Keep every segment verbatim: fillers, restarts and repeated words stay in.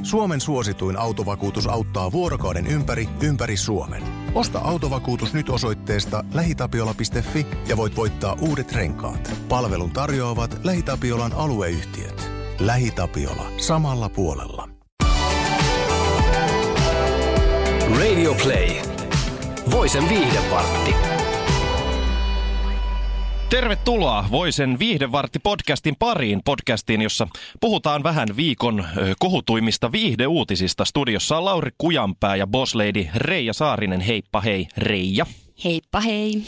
Suomen suosituin autovakuutus auttaa vuorokauden ympäri, ympäri Suomen. Osta autovakuutus nyt osoitteesta lähitapiola piste fi ja voit voittaa uudet renkaat. Palvelun tarjoavat LähiTapiolan alueyhtiöt. LähiTapiola. Samalla puolella. Radio Play. Voisen viihdevartti. Tervetuloa Voisen viihdevartti-podcastin pariin, podcastiin, jossa puhutaan vähän viikon kohutuimmista viihdeuutisista. Studiossa on Lauri Kujanpää ja bosslady Reija Saarinen. Heippa hei, Reija. Heippa hei.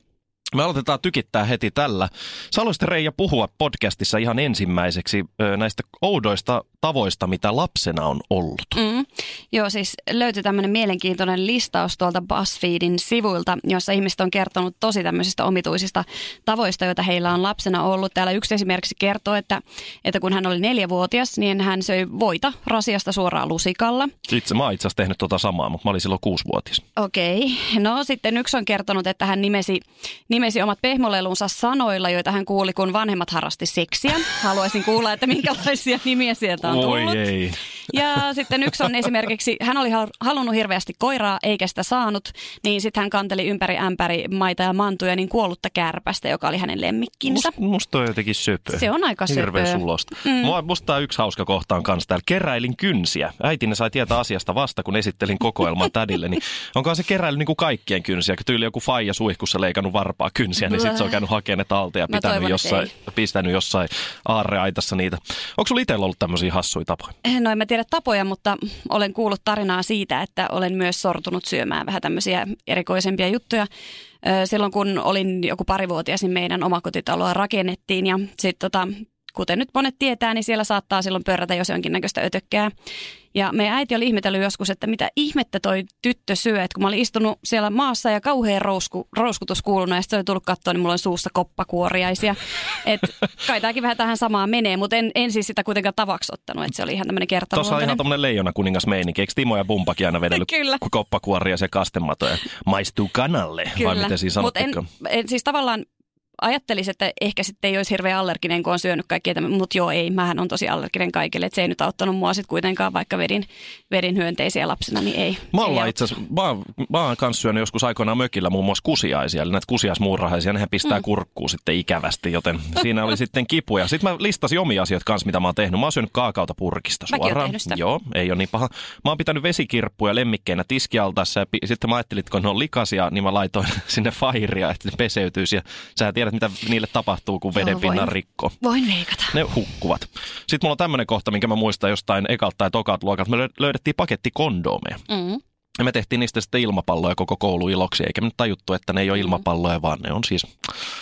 Me aloitetaan tykittää heti tällä. Sä haluaisit, Reija, puhua podcastissa ihan ensimmäiseksi näistä oudoista tavoista, mitä lapsena on ollut. Mm. Joo, siis löytyi tämmöinen mielenkiintoinen listaus tuolta BuzzFeedin sivuilta, jossa ihmiset on kertonut tosi tämmöisistä omituisista tavoista, joita heillä on lapsena ollut. Täällä yksi esimerkiksi kertoo, että, että kun hän oli neljävuotias, niin hän söi voita rasiasta suoraan lusikalla. Itse mä oon itse asiassa tehnyt tota samaa, mutta mä olin silloin kuusivuotias. Okei. No sitten yksi on kertonut, että hän nimesi, nimesi omat pehmolelunsa sanoilla, joita hän kuuli, kun vanhemmat harrasti seksiä. Haluaisin kuulla, että minkälaisia nimiä sieltä on tullut. Oi ei. Ja sitten yksi on esimerkiksi, hän oli halunnut hirveästi koiraa eikä sitä saanut, niin sitten hän kanteli ympäri ämpäri maita ja mantuja niin kuollutta kärpästä, joka oli hänen lemmikkinsä. Must, musta on jotenkin söpö. Se on aika söpö. Hirveän sulosta. Mm. Musta tämä yksi hauska kohta on kanssa täällä. Keräilin kynsiä. Äitini sai tietää asiasta vasta, kun esittelin kokoelman tädille. Niin onkohan se keräily niin kuin kaikkien kynsiä? Kun tyyli joku faija suihkussa leikannut varpaa kynsiä, niin sitten se on käynyt hakemaan ne talteen ja pitänyt toivon, jossain, pistänyt jossain aarreaitassa niitä. Onko sulla itsellä ollut tämmöisiä hassuja tapoja? No en mä tiedä tapoja, mutta olen kuullut tarinaa siitä, että olen myös sortunut syömään vähän tämmöisiä erikoisempia juttuja. Silloin kun olin joku parivuotias, niin meidän omakotitaloa rakennettiin ja sitten tota, kuten nyt monet tietää, niin siellä saattaa silloin pörrätä jos jonkinnäköistä ötökkää. Ja meidän äiti oli ihmetellyt joskus, että mitä ihmettä toi tyttö syö, että kun mä olin istunut siellä maassa ja kauhean rousku, rouskutus kuulunut ja sitten se oli tullut katsoa, niin mulla on suussa koppakuoriaisia. Että kai tämäkin vähän tähän samaan menee, mutta en, en siis sitä kuitenkaan tavaksi ottanut, että se oli ihan tämmöinen kertaluontoinen. Tuossa on ihan tämmöinen leijona kuningas meininki. Eikö Timo ja Bumpakin aina vedellyt koppakuoria ja kastematoja? Maistuu kanalle, Kyllä. Vai miten siinä sanottikaan? En, en siis tavallaan ajattelisin, että ehkä sitten ei olisi hirveän allerginen, kun on syönyt kaikkea, mutta joo ei, mähän on tosi allerginen kaikille, että se ei nyt auttanut mua sitten kuitenkaan, vaikka vedin, vedin hyönteisiä lapsena, niin ei. Mä oon itse asiassa, mä, mä oon kanssa syönyt joskus aikoinaan mökillä muun muassa kusiaisia, eli näitä kusiasmuurahaisia, nehän pistää mm. kurkkuun sitten ikävästi, joten siinä oli sitten kipuja. Sitten mä listasin omia asioita kanssa, mitä mä oon tehnyt. Mä oon syönyt kaakaota purkista suoraan. Mäkin oon tehnyt sitä. Joo, ei ole niin paha. Mä oon pitänyt vesikirppuja lemmikkeinä tiskialtaassa ja pi- sitten mä ajattelin, että kun ne on likaisia, niin mä laitoin sinne fairia, että ne peseytyisi ja sä tiedät, mitä niille tapahtuu, kun veden pinnan rikko. Voin veikata. Ne hukkuvat. Sitten mulla on tämmöinen kohta, minkä mä muistan jostain ekalta tai tokalta luokalta. Me löydettiin paketti kondoomeja. Mm. Ja me tehtiin niistä sitten ilmapalloja koko koulu iloksi. Eikä me nyt tajuttu, että ne ei ole ilmapalloja, vaan ne on siis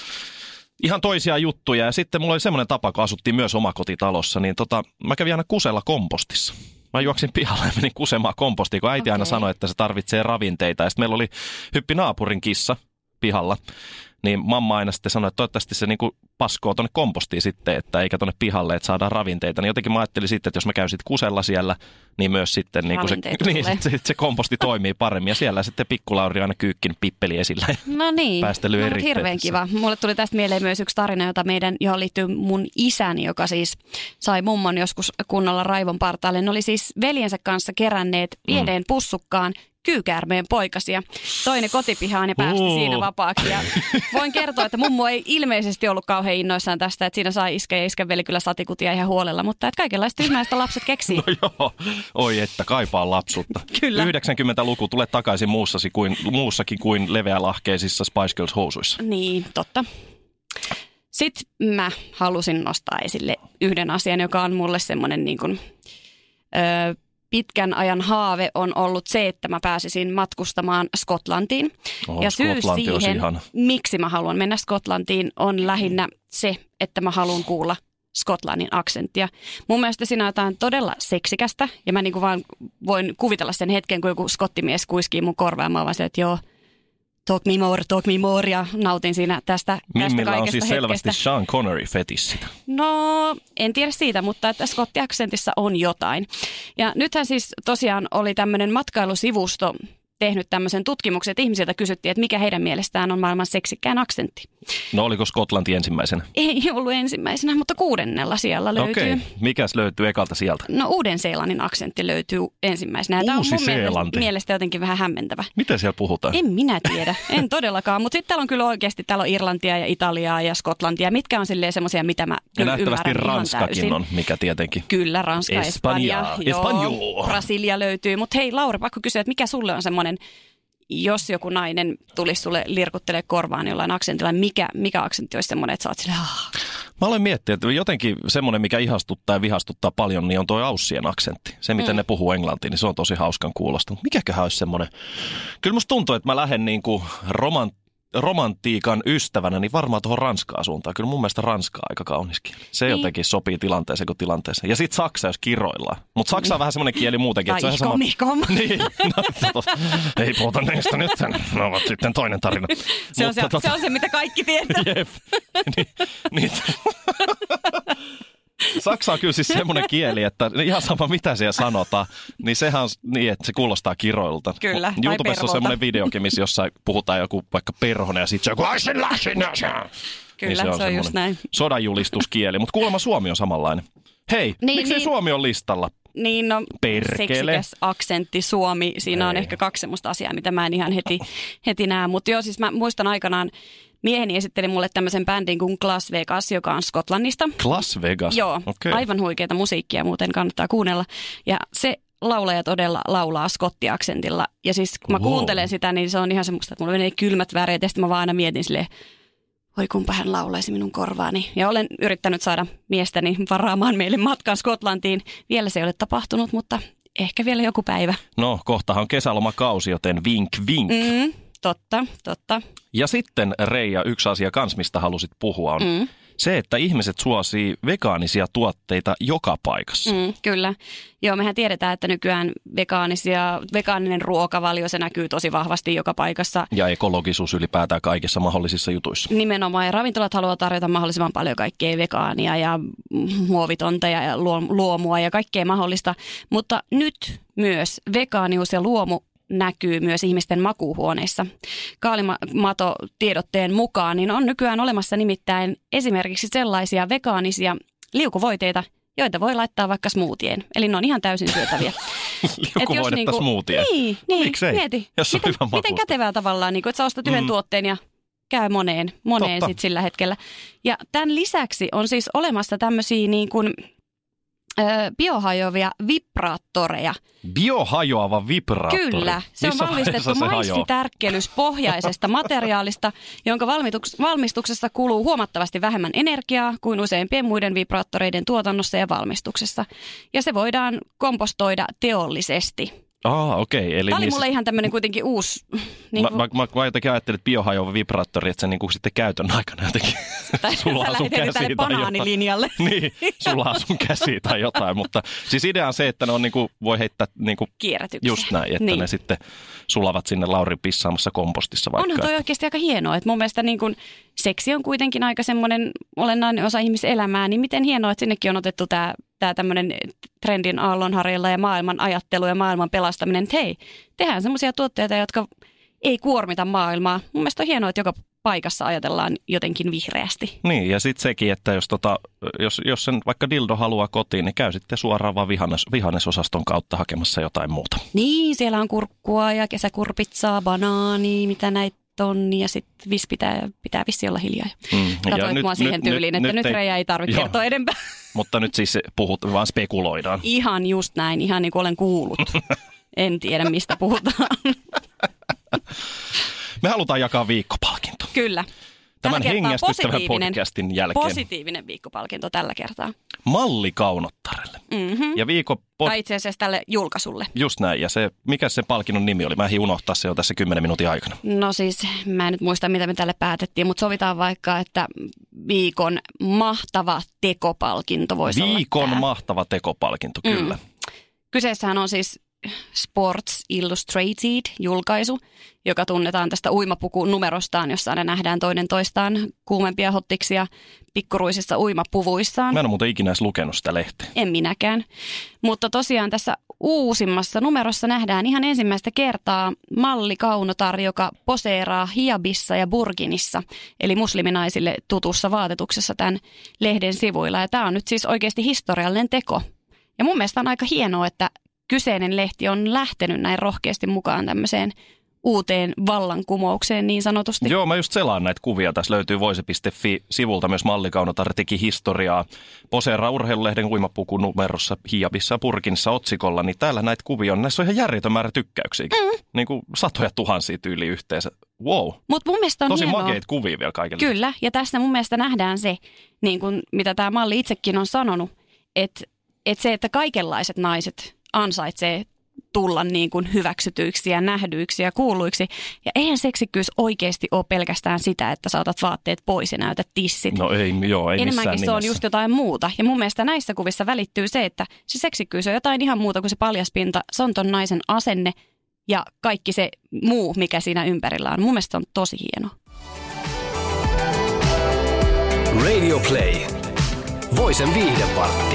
ihan toisia juttuja. Ja sitten mulla oli semmoinen tapa, kun asuttiin myös omakotitalossa, niin tota, mä kävin aina kusella kompostissa. Mä juoksin pihalle ja menin kusemaan kompostiin, kun äiti okay. aina sanoi, että se tarvitsee ravinteita. Ja sitten meillä oli hyppi naapurin kissa pihalla. Niin mamma aina sitten sanoi, että toivottavasti se niinku paskoo tuonne kompostiin sitten, että eikä tuonne pihalle, että saadaan ravinteita. Niin jotenkin mä ajattelin sitten, että jos mä käyn sitten kusella siellä, niin myös sitten niinku se, niin, se, se komposti toimii paremmin. Ja siellä sitten pikkulauri aina kyykkin pippeli esillä. No niin, päästely no, hirveän kiva. Mulle tuli tästä mieleen myös yksi tarina, jota meidän, johon liittyy mun isäni, joka siis sai mummon joskus kunnolla raivon partaalle. Ne oli siis veljensä kanssa keränneet pieneen mm. pussukkaan kyykäärmeen poikasia. Toinen kotipihaan ja päästi uh. siinä vapaaksi. Ja voin kertoa, että mummo ei ilmeisesti ollut kauhean innoissaan tästä, että siinä sai iskä ja iskän veli kyllä satikutia ihan huolella, mutta että kaikenlaista tyhmäistä lapset keksii. No joo, oi että kaipaa lapsuutta. Kyllä. yhdeksänkymmentäluku tulee takaisin muussasi kuin, muussakin kuin leveälahkeisissa Spice Girls -housuissa. Niin, totta. Sitten mä halusin nostaa esille yhden asian, joka on mulle semmoinen niin kuin, öö, pitkän ajan haave on ollut se, että mä pääsisin matkustamaan Skotlantiin. Oh, ja syy siihen, ihana. miksi mä haluan mennä Skotlantiin, on lähinnä se, että mä haluan kuulla Skotlannin aksenttia. Mun mielestä siinä on jotain todella seksikästä, ja mä niin kuin vaan voin kuvitella sen hetken, kun joku skottimies kuiskii mun korvaan. Mä oon vaan se, että joo, talk me more, talk me more, ja nautin siinä tästä, tästä kaikesta Mimmillä on siis hetkestä. selvästi Sean Connery-fetissi. No, en tiedä siitä, mutta että skottiaksentissa on jotain. Ja nythän siis tosiaan oli tämmöinen matkailusivusto tehnyt tämmöisen tutkimuksen, että ihmisiltä kysyttiin, että mikä heidän mielestään on maailman seksikkään aksentti. No oliko Skotlanti ensimmäisenä? Ei ollut ensimmäisenä, mutta kuudennella siellä löytyy. Okei, mikäs löytyy ekalta sieltä? No Uuden-Seelannin aksentti löytyy ensimmäisenä. Tämä on mun mielestä, mielestä jotenkin vähän hämmentävä. Miten siellä puhutaan? En minä tiedä, en todellakaan. Mutta sitten täällä on kyllä oikeasti, täällä on Irlantia ja Italiaa ja Skotlantia, mitkä on silleen semmoisia, mitä mä kyllä ymmärrän ihan Ranskakin on, mikä tietenkin. Kyllä, Ranska, Espanja, Espanja. Joo, Brasilia löytyy. Mutta hei Lauri, pakko kysyä, että mikä sulle on semmoinen, jos joku nainen tulisi sulle lirkuttelee korvaan jollain aksentilla, mikä, mikä aksentti olisi semmoinen, että sä oot silleen, ah. Mä olen miettinyt, että jotenkin semmoinen, mikä ihastuttaa ja vihastuttaa paljon, niin on toi aussien aksentti. Se, miten mm. ne puhuu englantia, niin se on tosi hauskan kuulosta. Mutta mikäköhän olisi semmoinen? Kyllä musta tuntuu, että mä lähden niin kuin romant, romantiikan ystävänä, niin varmaan tuohon Ranskaan suuntaan. Kyllä mun mielestä Ranska on aika kaunis kieli. Se niin. Jotenkin sopii tilanteeseen kuin tilanteeseen. Ja sitten Saksa, jos kiroillaan. Mutta Saksa on vähän semmoinen kieli muutenkin. Tai ihkom, ihkom. Niin, no, ei puhuta niistä nyt. Ne ovat sitten toinen tarina. Se on se, tota... se on se, mitä kaikki tietää. Jep. Ni, niin. Saksa on kyllä siis semmoinen kieli, että ihan sama mitä siellä sanotaan, niin sehän on niin, että se kuulostaa kiroilta. Kyllä, tai YouTubessa on semmoinen videokin, missä jossain puhutaan joku vaikka perhonen ja sitten se joku aisin läsin. Kyllä, niin se on, se on just näin. Sodanjulistuskieli, mutta kuulemma Suomi on samanlainen. Hei, niin, miksi niin, Suomi on listalla? Niin, no Perkele. Seksikäs aksentti Suomi, siinä Ei. on ehkä kaksi semmoista asiaa, mitä mä en ihan heti, heti näe. Mutta joo, siis mä muistan aikanaan, mieheni esitteli mulle tämmöisen bändin kuin Las Vegas, joka on Skotlannista. Las Vegas? Joo, okay. Aivan huikeata musiikkia, muuten kannattaa kuunnella. Ja se laulaja todella laulaa skottiaksentilla. Ja siis kun mä wow. kuuntelen sitä, niin se on ihan semmoista, että mulla menee kylmät väreet. Ja sitten mä vaan aina mietin silleen, oi kumpa hän laulaisi minun korvaani. Ja olen yrittänyt saada miestäni varaamaan meille matkaan Skotlantiin. Vielä se ei ole tapahtunut, mutta ehkä vielä joku päivä. No, kohtahan on kesälomakausi, joten vink vink. Mm, totta, totta. Ja sitten Reija, yksi asia kans, mistä halusit puhua, on mm. se, että ihmiset suosii vegaanisia tuotteita joka paikassa. Mm, kyllä. Joo, mehän tiedetään, että nykyään vegaanisia, vegaaninen ruokavalio, se näkyy tosi vahvasti joka paikassa. Ja ekologisuus ylipäätään kaikissa mahdollisissa jutuissa. Nimenomaan. Ja ravintolat haluaa tarjota mahdollisimman paljon kaikkea vegaania ja muovitonta ja luomua ja kaikkea mahdollista. Mutta nyt myös vegaanius ja luomu näkyy myös ihmisten makuuhuoneissa. Kaalimato-tiedotteen mukaan niin on nykyään olemassa nimittäin esimerkiksi sellaisia vegaanisia liukuvoiteita, joita voi laittaa vaikka smoothien. Eli ne on ihan täysin syötäviä. Liukuvoidetta niinku, smoothien? Niin, niin miksei? Mieti. Jos on miten, hyvä miten kätevää tavallaan, niin kuin, että sä ostat yhden mm. tuotteen ja käy moneen, moneen sit sillä hetkellä. Ja tämän lisäksi on siis olemassa tämmöisiä niin kuin biohajoavia vibraattoreja. Biohajoava vibraattori? Kyllä. Se Missä on valmistettu maissitärkkelyspohjaisesta materiaalista, jonka valmistuksessa kuluu huomattavasti vähemmän energiaa kuin useimpien muiden vibraattoreiden tuotannossa ja valmistuksessa. Ja se voidaan kompostoida teollisesti. Ah, okei. Okay. Tämä oli niissä... mulle ihan tämmöinen kuitenkin uusi... Niin kuin... Mä, mä, mä jotenkin ajattelin, että biohajoava vibraattori, että se niin kuin sitten käytön aikana jotenkin sulaa sun käsiin tai banaanilinjalle. Niin, sulaa sun käsiin tai jotain. Mutta siis idea on se, että ne on niin kuin, voi heittää niin kuin, kierrätyksiä. Just näin, että niin. ne sitten sulavat sinne Laurin pissaamassa kompostissa vaikka. Onhan toi oikeasti aika hienoa, että mun mielestä niin kuin seksi on kuitenkin aika semmoinen olennainen osa ihmiselämää, niin miten hienoa, että sinnekin on otettu tämä tämä tämmöinen trendin aallonharjalla ja maailman ajattelu ja maailman pelastaminen. Että hei, tehdään semmoisia tuotteita, jotka ei kuormita maailmaa. Mun mielestä on hienoa, että joka paikassa ajatellaan jotenkin vihreästi. Niin, ja sitten sekin, että jos, tota, jos, jos sen vaikka dildo haluaa kotiin, niin käy sitten suoraan vaan vihannes, vihannesosaston kautta hakemassa jotain muuta. Niin, siellä on kurkkua ja kesäkurpitsaa, banaania, mitä näitä on, ja sitten vis pitää, pitää vissi olla hiljaa. Mm, Katoit nyt, mua siihen nyt, tyyliin, nyt, että nyt, nyt Reija ei tarvitse joo, kertoa enempää. Mutta nyt siis puhut, vaan spekuloidaan. Ihan just näin, ihan niin kuin olen kuullut. En tiedä, mistä puhutaan. Me halutaan jakaa viikkopalkinto. Kyllä. Tämän hengästyttävän podcastin jälkeen. Positiivinen viikkopalkinto tällä kertaa. Malli Kaunottarelle. Mm-hmm. Ja viikko pod... Tai itse asiassa tälle julkaisulle. Just näin. Ja se, mikä se palkinnon nimi oli? Mä ehdin unohtaa se jo tässä kymmenen minuutin aikana. No siis, mä en nyt muista, mitä me tälle päätettiin, mutta sovitaan vaikka, että viikon mahtava tekopalkinto voisi viikon olla Viikon mahtava tekopalkinto, kyllä. Mm. Kyseessähän on siis Sports Illustrated-julkaisu, joka tunnetaan tästä uimapukunumerostaan, jossa ne nähdään toinen toistaan kuumempia hottiksia pikkuruisissa uimapuvuissaan. Mä en ole muuten ikinä edes lukenut sitä lehteä. En minäkään. Mutta tosiaan tässä uusimmassa numerossa nähdään ihan ensimmäistä kertaa Malli Kaunotar, joka poseeraa hijabissa ja burkinissa, eli musliminaisille tutussa vaatetuksessa tämän lehden sivuilla. Ja tämä on nyt siis oikeasti historiallinen teko. Ja mun mielestä on aika hienoa, että kyseinen lehti on lähtenyt näin rohkeasti mukaan tämmöiseen uuteen vallankumoukseen niin sanotusti. Joo, mä just selaan näitä kuvia. Tässä löytyy voise piste fi-sivulta myös Malli Kaunotar teki historiaa. Poseeraa urheilulehden uimapukunumerossa hijabissa purkinissa otsikolla, niin täällä näitä kuvia on. Näissä on ihan järjetön määrä tykkäyksiä. Mm. Niin kuin satoja tuhansia tyyli yhteensä. Wow. Mut mun mielestä on tosi hienoa. makeita kuvia vielä kaikille. Kyllä, ja tässä mun mielestä nähdään se, niin kuin mitä tämä Malli itsekin on sanonut, että, että se, että kaikenlaiset naiset ansaitsee tulla niin kuin hyväksytyiksi ja nähdyiksi ja kuuluiksi. Ja eihän seksikkyys oikeasti ole pelkästään sitä, että saatat vaatteet pois ja näytät tissit. No ei, joo, ei enemmänkin missään se on nimessä. just jotain muuta. Ja mun mielestä näissä kuvissa välittyy se, että se seksikkyys on jotain ihan muuta kuin se paljaspinta. Se on ton naisen asenne ja kaikki se muu, mikä siinä ympärillä on. Mun mielestä on tosi hieno. Radio Play. Voisen viihdevartti.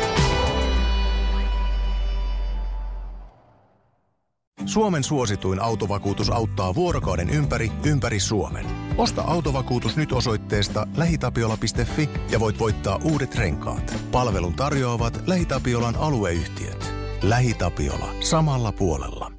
Suomen suosituin autovakuutus auttaa vuorokauden ympäri, ympäri Suomen. Osta autovakuutus nyt osoitteesta lähitapiola piste fi ja voit voittaa uudet renkaat. Palvelun tarjoavat LähiTapiolan alueyhtiöt. LähiTapiola. Samalla puolella.